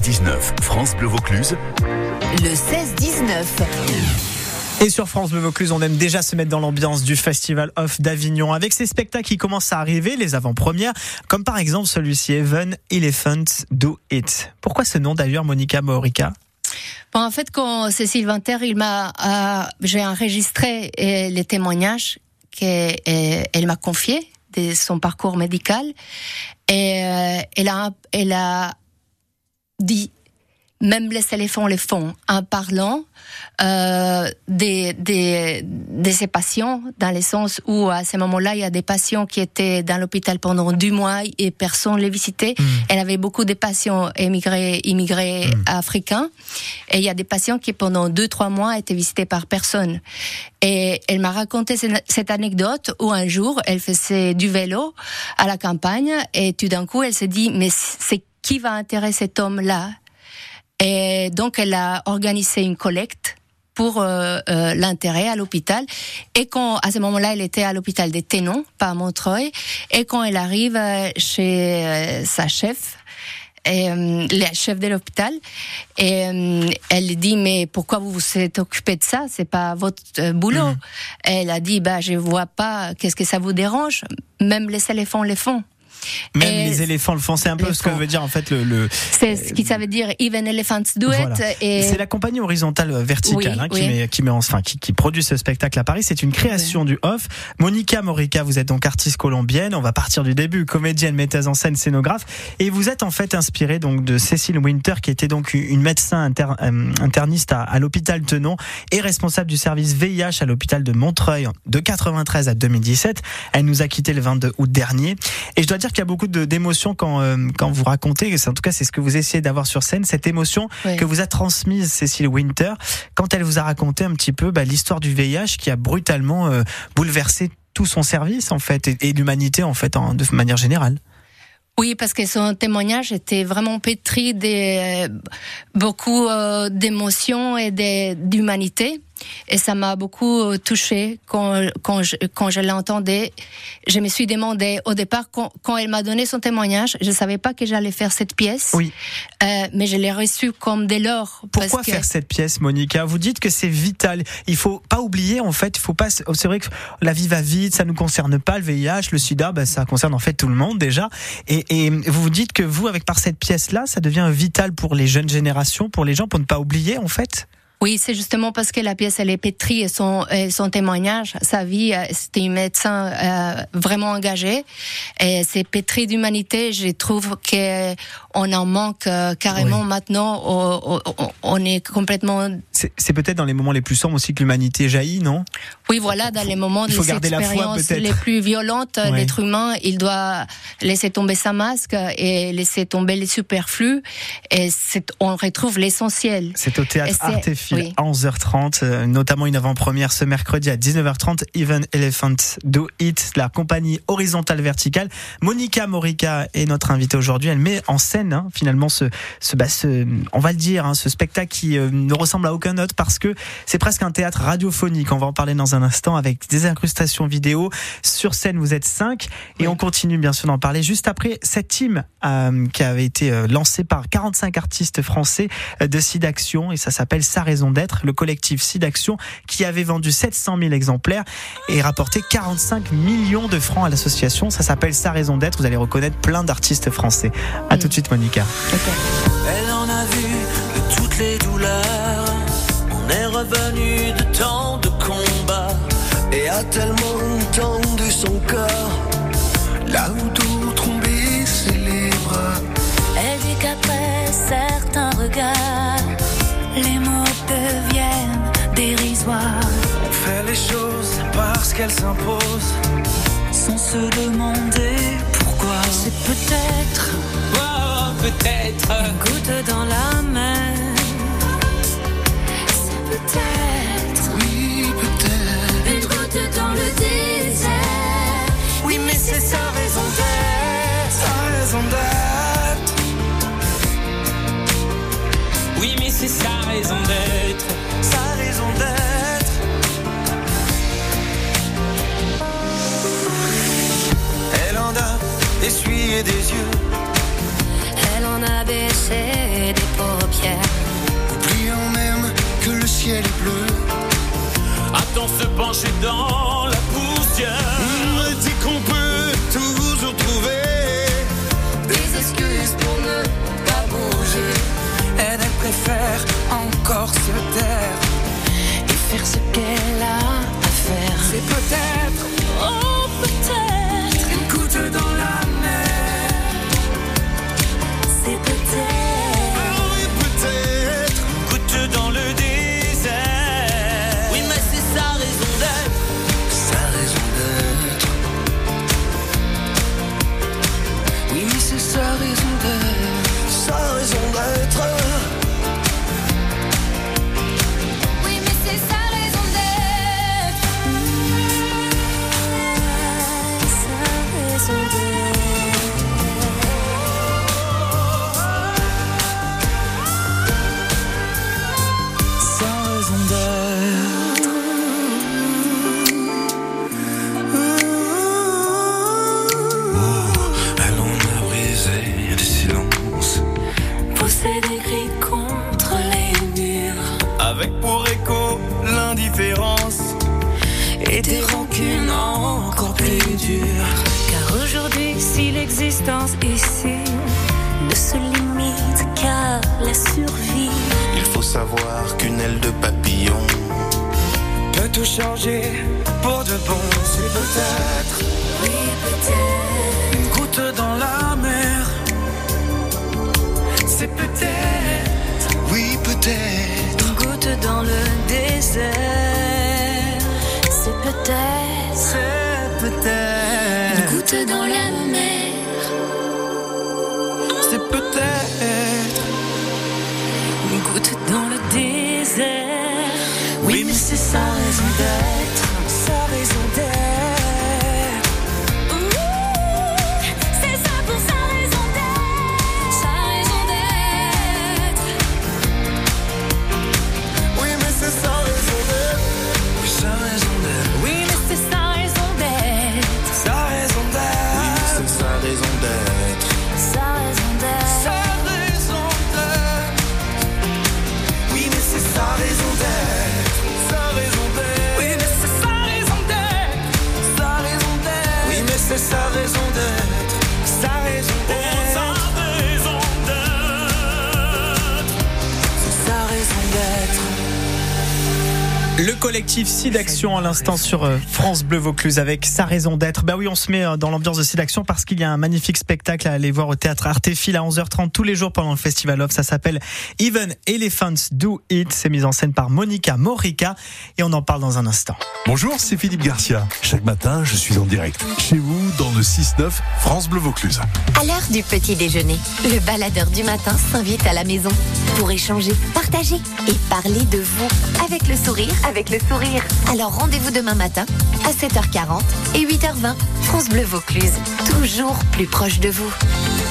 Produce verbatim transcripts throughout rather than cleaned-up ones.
dix-neuf, France Bleu Vaucluse. Le seize dix-neuf. Et sur France Bleu Vaucluse, on aime déjà se mettre dans l'ambiance du Festival Off d'Avignon avec ces spectacles qui commencent à arriver, les avant-premières, comme par exemple celui-ci, Even Elephant Do It. Pourquoi ce nom d'ailleurs, Monica Maurica ? Bon, en fait, quand Cécile Winter, il m'a, euh, j'ai enregistré euh, les témoignages qu'elle elle m'a confiés de son parcours médical, et euh, elle a, elle a dit, même les éléphants le font, en parlant euh, des, des, de ses patients, dans le sens où à ce moment-là, il y a des patients qui étaient dans l'hôpital pendant deux mois et personne ne les visitait. Mmh. Elle avait beaucoup de patients émigrés, immigrés mmh. africains, et il y a des patients qui pendant deux, trois mois étaient visités par personne. Et elle m'a raconté cette anecdote où un jour, elle faisait du vélo à la campagne, et tout d'un coup, elle s'est dit, mais c'est qui va intéresser cet homme-là? Et donc, elle a organisé une collecte pour euh, euh, l'intérêt à l'hôpital. Et quand, à ce moment-là, elle était à l'hôpital des Ténons, pas à Montreuil. Et quand elle arrive euh, chez euh, sa chef, et, euh, la chef de l'hôpital, et euh, elle dit, mais pourquoi vous vous êtes occupé de ça? C'est pas votre euh, boulot. Mmh. Elle a dit, bah, je vois pas, qu'est-ce que ça vous dérange? Même les éléphants le font. Même et les éléphants le font, c'est un peu ce que veut dire en fait le. le c'est ce qui ça veut dire Even Elephants Do It. Voilà. Et c'est la compagnie horizontale verticale oui, hein, qui, oui. met, qui met enfin qui, qui produit ce spectacle à Paris. C'est une création oui. du Off. Monica Maurica, vous êtes donc artiste colombienne. On va partir du début, comédienne, metteuse en scène, scénographe, et vous êtes en fait inspirée donc de Cécile Winter, qui était donc une médecin inter, euh, interniste à, à l'hôpital Tenon et responsable du service V I H à l'hôpital de Montreuil de quatre-vingt-treize à deux mille dix-sept. Elle nous a quitté le vingt-deux août dernier. Et je dois dire qu'il y a beaucoup de, d'émotions quand, euh, quand vous racontez, en tout cas c'est ce que vous essayez d'avoir sur scène, cette émotion oui. que vous a transmise Cécile Winter quand elle vous a raconté un petit peu bah, l'histoire du V I H qui a brutalement euh, bouleversé tout son service en fait et, et l'humanité en fait en, de manière générale. Oui, parce que son témoignage était vraiment pétri de euh, beaucoup euh, d'émotions et de, d'humanité. Et ça m'a beaucoup touchée quand, quand je, quand je l'entendais. Je me suis demandé, au départ, quand, quand elle m'a donné son témoignage, je savais pas que j'allais faire cette pièce. Oui. Euh, mais je l'ai reçue comme dès lors. Pourquoi parce que... faire cette pièce, Monica? Vous dites que c'est vital. Il faut pas oublier, en fait, il faut pas, c'est vrai que la vie va vite, ça nous concerne pas, le V I H, le sida, bah, ça concerne en fait tout le monde, déjà. Et, et vous vous dites que vous, avec par cette pièce-là, ça devient vital pour les jeunes générations, pour les gens, pour ne pas oublier, en fait? Oui, c'est justement parce que la pièce, elle est pétrie et son, et son témoignage, sa vie, c'était une médecin euh, vraiment engagée. Et c'est pétri d'humanité. Je trouve qu'on en manque euh, carrément oui. maintenant. On, on, on est complètement... C'est, c'est peut-être dans les moments les plus sombres aussi que l'humanité jaillit, non? Oui, voilà, dans les moments des expériences les plus violentes, oui. l'être humain, il doit laisser tomber sa masque et laisser tomber les superflus. Et c'est, on retrouve l'essentiel. C'est au théâtre Artefil. Oui. À onze heures trente, euh, notamment une avant-première ce mercredi à dix-neuf heures trente, Even Elephant Do It, la compagnie horizontale verticale. Monica Maurica est notre invitée aujourd'hui. Elle met en scène hein, finalement ce, ce, bah, ce, on va le dire, hein, ce spectacle qui euh, ne ressemble à aucun autre parce que c'est presque un théâtre radiophonique. On va en parler dans un instant avec des incrustations vidéo. Sur scène, vous êtes cinq et oui. on continue bien sûr d'en parler juste après cette team euh, qui avait été euh, lancée par quarante-cinq artistes français euh, de SIDAction et ça s'appelle Sa raison d'être, le collectif SIDAction qui avait vendu sept cent mille exemplaires et rapporté quarante-cinq millions de francs à l'association. Ça s'appelle Sa raison d'être. Vous allez reconnaître plein d'artistes français. À oui. tout de suite, Monica. Okay. Elle en a vu de toutes les douleurs. On est revenu de tant de combats et a tellement tendu son corps. Là où d'autres ont baissé les bras. Elle dit qu'après certains regards, les mots deviennent dérisoires. On fait les choses parce qu'elles s'imposent, sans se demander pourquoi. C'est peut-être, oh, peut-être une goutte dans la mer. C'est peut-être, oui, peut-être une goutte dans le désert. Oui, mais c'est sa raison d'être, sa raison d'être. Oui, mais c'est sa raison d'être, sa raison d'être. Elle en a essuyé des yeux, elle en a baissé des paumes. penché dans la poussière. Me dit qu'on peut toujours trouver des excuses pour ne pas bouger. Elle, elle préfère encore se taire Et faire ce qu'elle a à faire. C'est peut-être, Oh, peut-être. une goutte dans la mer. C'est peut-être. Ah oui, peut-être Une goutte dans le désert. Oui, mais c'est sa raison d'être. sa raison d'être. Oui, mais c'est sa raison d'être. Sa raison d'être. Oui, mais c'est sa raison d'être. Sa raison d'être. Sa raison d'être. Elle en a brisé des silences. Pousser des cris contre les murs. Avec pour écho l'indifférence. Et des rancunes encore plus dures. Car aujourd'hui, si l'existence ici ne se limite qu'à la survie, Il faut savoir qu'une aile de papillon Peut tout changer pour de bon. C'est peut-être oui, peut-être. une goutte dans la mer. C'est peut-être oui peut-être Une goutte dans le désert. C'est peut-être. C'est Une peut-être goutte dans la mer. C'est peut-être Une goutte dans le désert. Oui, mais c'est sa raison d'être. sa raison d'être. Ouh, c'est ça pour sa raison d'être. Sa raison d'être. Oui mais c'est sa raison d'être. Oui, sa raison d'être. Oui, mais c'est sa raison d'être. Sa raison Oui d'être. c'est sa raison d'être. Sa raison d'être. Sa raison d'être. Oui, mais c'est sa raison d'être. Sa raison d'être. Oui, mais c'est sa raison d'être. Sa raison d'être. Oui, mais c'est sa raison d'être. Sa raison d'être. Sa raison d'être. C'est sa raison d'être. Le collectif SIDAction à l'instant sur euh, France Bleu Vaucluse avec sa raison d'être. Bah oui, on se met euh, dans l'ambiance de SIDAction parce qu'il y a un magnifique spectacle à aller voir au théâtre Artéfil à onze heures trente tous les jours pendant le Festival Off. Ça s'appelle Even Elephants Do It. C'est mis en scène par Monica Morica et on en parle dans un instant. Bonjour, c'est Philippe Garcia. Chaque matin, je suis en direct chez vous dans le six neuf France Bleu Vaucluse. À l'heure du petit déjeuner, le baladeur du matin s'invite à la maison pour échanger, partager et parler de vous avec le sourire, avec le sourire. Alors rendez-vous demain matin à sept heures quarante et huit heures vingt. France Bleu Vaucluse, toujours plus proche de vous.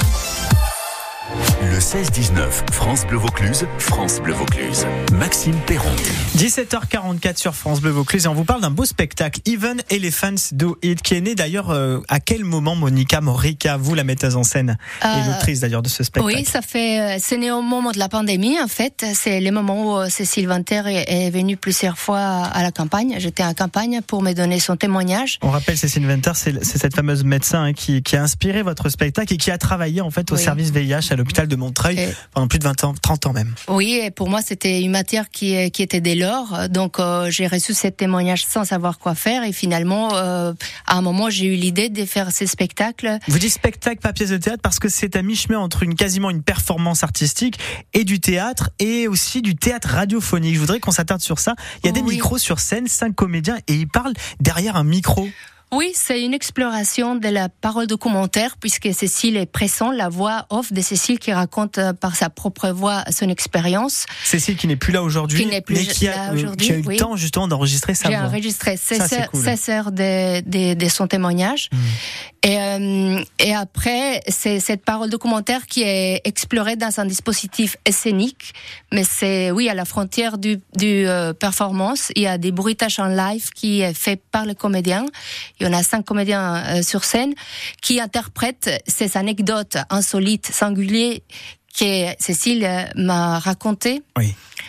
Le seize dix-neuf France Bleu Vaucluse, France Bleu Vaucluse. Maxime Perron. dix-sept heures quarante-quatre sur France Bleu Vaucluse et on vous parle d'un beau spectacle, Even Elephants Do It, qui est né d'ailleurs euh, à quel moment, Monica Morica, vous la metteuse en scène et Euh, l'autrice d'ailleurs de ce spectacle? Oui, ça fait, euh, c'est né au moment de la pandémie, en fait. C'est le moment où euh, Cécile Venter est, est venue plusieurs fois à la campagne. J'étais en campagne pour me donner son témoignage. On rappelle, Cécile Venter, c'est, c'est cette fameuse médecin hein, qui, qui a inspiré votre spectacle et qui a travaillé en fait au Oui. service V I H à l'hôpital de Montreuil Et- pendant plus de vingt ans, trente ans même. Oui, et pour moi, c'était une matière qui, qui était dès lors. Donc, euh, j'ai reçu ce témoignage sans savoir quoi faire. Et finalement, euh, à un moment, j'ai eu l'idée de faire ces spectacles. Vous dites spectacle, pas pièce de théâtre, parce que c'est à mi-chemin entre une quasiment une performance artistique et du théâtre et aussi du théâtre radiophonique. Je voudrais qu'on s'attarde sur ça. Il y a des Oui. micros sur scène, cinq comédiens et ils parlent derrière un micro. Oui, c'est une exploration de la parole documentaire, puisque Cécile est pressant, la voix off de Cécile qui raconte euh, par sa propre voix son expérience. Cécile qui n'est plus là aujourd'hui, Qui n'est plus mais qui a, là euh, aujourd'hui, qui a eu oui. le temps justement d'enregistrer sa J'ai voix. enregistré Ça, seize c'est heures, cool. seize heures de, de, de son témoignage. Mmh. Et, euh, et après, c'est cette parole documentaire qui est explorée dans un dispositif scénique. Mais c'est, oui, à la frontière du, du euh, performance. Il y a des bruitages en live qui est fait par les comédiens. Il y en a cinq comédiens euh, sur scène qui interprètent ces anecdotes insolites, singulières que Cécile euh, m'a racontées. Oui.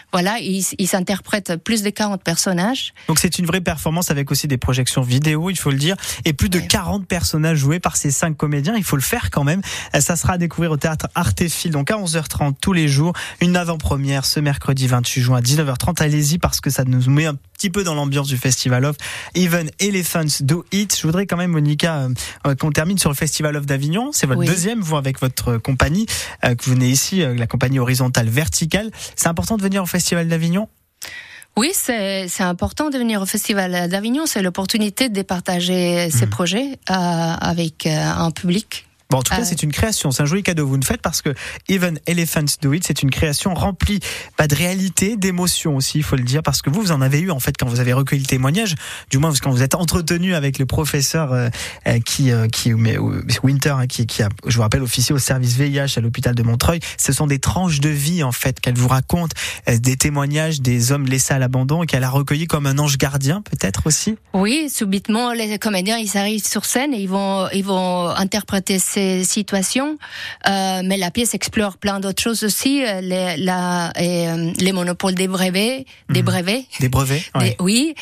voilà, ils, ils interprètent plus de quarante personnages. Donc c'est une vraie performance avec aussi des projections vidéo, il faut le dire, et plus de ouais. quarante personnages joués par ces cinq comédiens. Il faut le faire quand même. Ça sera à découvrir au théâtre Artéfil, donc à onze heures trente tous les jours. Une avant-première ce mercredi vingt-huit juin à dix-neuf heures trente. Allez-y parce que ça nous met un petit peu dans l'ambiance du Festival of Even Elephants Do It. Je voudrais quand même, Monica, euh, qu'on termine sur le Festival of d'Avignon. C'est votre oui. deuxième, vous, avec votre compagnie, euh, que vous venez ici, euh, la compagnie horizontale verticale. C'est important de venir au Festival d'Avignon ? Oui, c'est, c'est important de venir au Festival d'Avignon. C'est l'opportunité de partager mmh. ces projets euh, avec euh, un public. Bon, en tout cas, euh... c'est une création, c'est un joli cadeau que vous nous faites parce que Even Elephants Do It, c'est une création remplie pas de réalité, d'émotion aussi, il faut le dire, parce que vous, vous en avez eu en fait quand vous avez recueilli le témoignage, du moins quand vous êtes entretenu avec le professeur euh, qui, euh, qui mais, Winter, hein, qui, qui a, je vous rappelle, officié au service V I H à l'hôpital de Montreuil. Ce sont des tranches de vie en fait qu'elle vous raconte, euh, des témoignages des hommes laissés à l'abandon et qu'elle a recueillis comme un ange gardien, peut-être aussi. Oui, subitement les comédiens ils arrivent sur scène et ils vont ils vont interpréter ces situations, euh, mais la pièce explore plein d'autres choses aussi, les, la, et, euh, les monopoles des brevets, mmh. des brevets, des brevets, ouais. des, oui,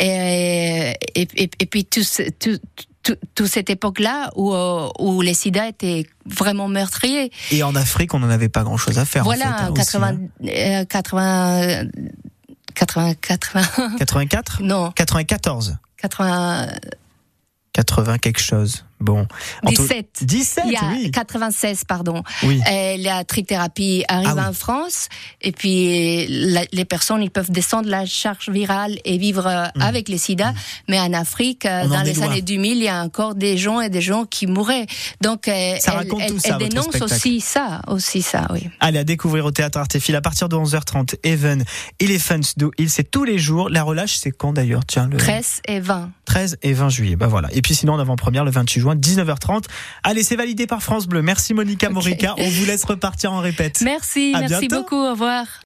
et, et, et, et puis tout, tout, tout, tout cette époque-là où, où les sida étaient vraiment meurtriers. Et en Afrique, on n'en avait pas grand-chose à faire. Voilà, en fait, hein, quatre-vingts, aussi, hein. euh, quatre-vingts, quatre-vingts, quatre-vingts. quatre-vingt-quatre Non. quatre-vingt-quatorze. quatre-vingts. quatre-vingts quelque chose. Bon. dix-sept. dix-sept, Il y a oui. quatre-vingt-seize, pardon. Oui. Et la trithérapie arrive ah, oui. en France. Et puis, la, les personnes, ils peuvent descendre la charge virale et vivre mmh. avec les sida. Mmh. Mais en Afrique, On dans les loin. années deux mille, il y a encore des gens et des gens qui mouraient. Donc, ça elle, raconte elle, tout ça, elle dénonce aussi ça, aussi ça, oui. Allez, à découvrir au théâtre Artéfil à partir de onze heures trente. Even Elephants Do It, c'est tous les jours. La relâche, c'est quand d'ailleurs? Tiens, le treize et vingt. treize et vingt juillet. Bah voilà. Et puis sinon, en avant-première, le vingt-huit juin, dix-neuf heures trente. Allez, c'est validé par France Bleu. Merci Monica okay. Morica. On vous laisse repartir en répète. Merci, à merci bientôt. beaucoup. Au revoir.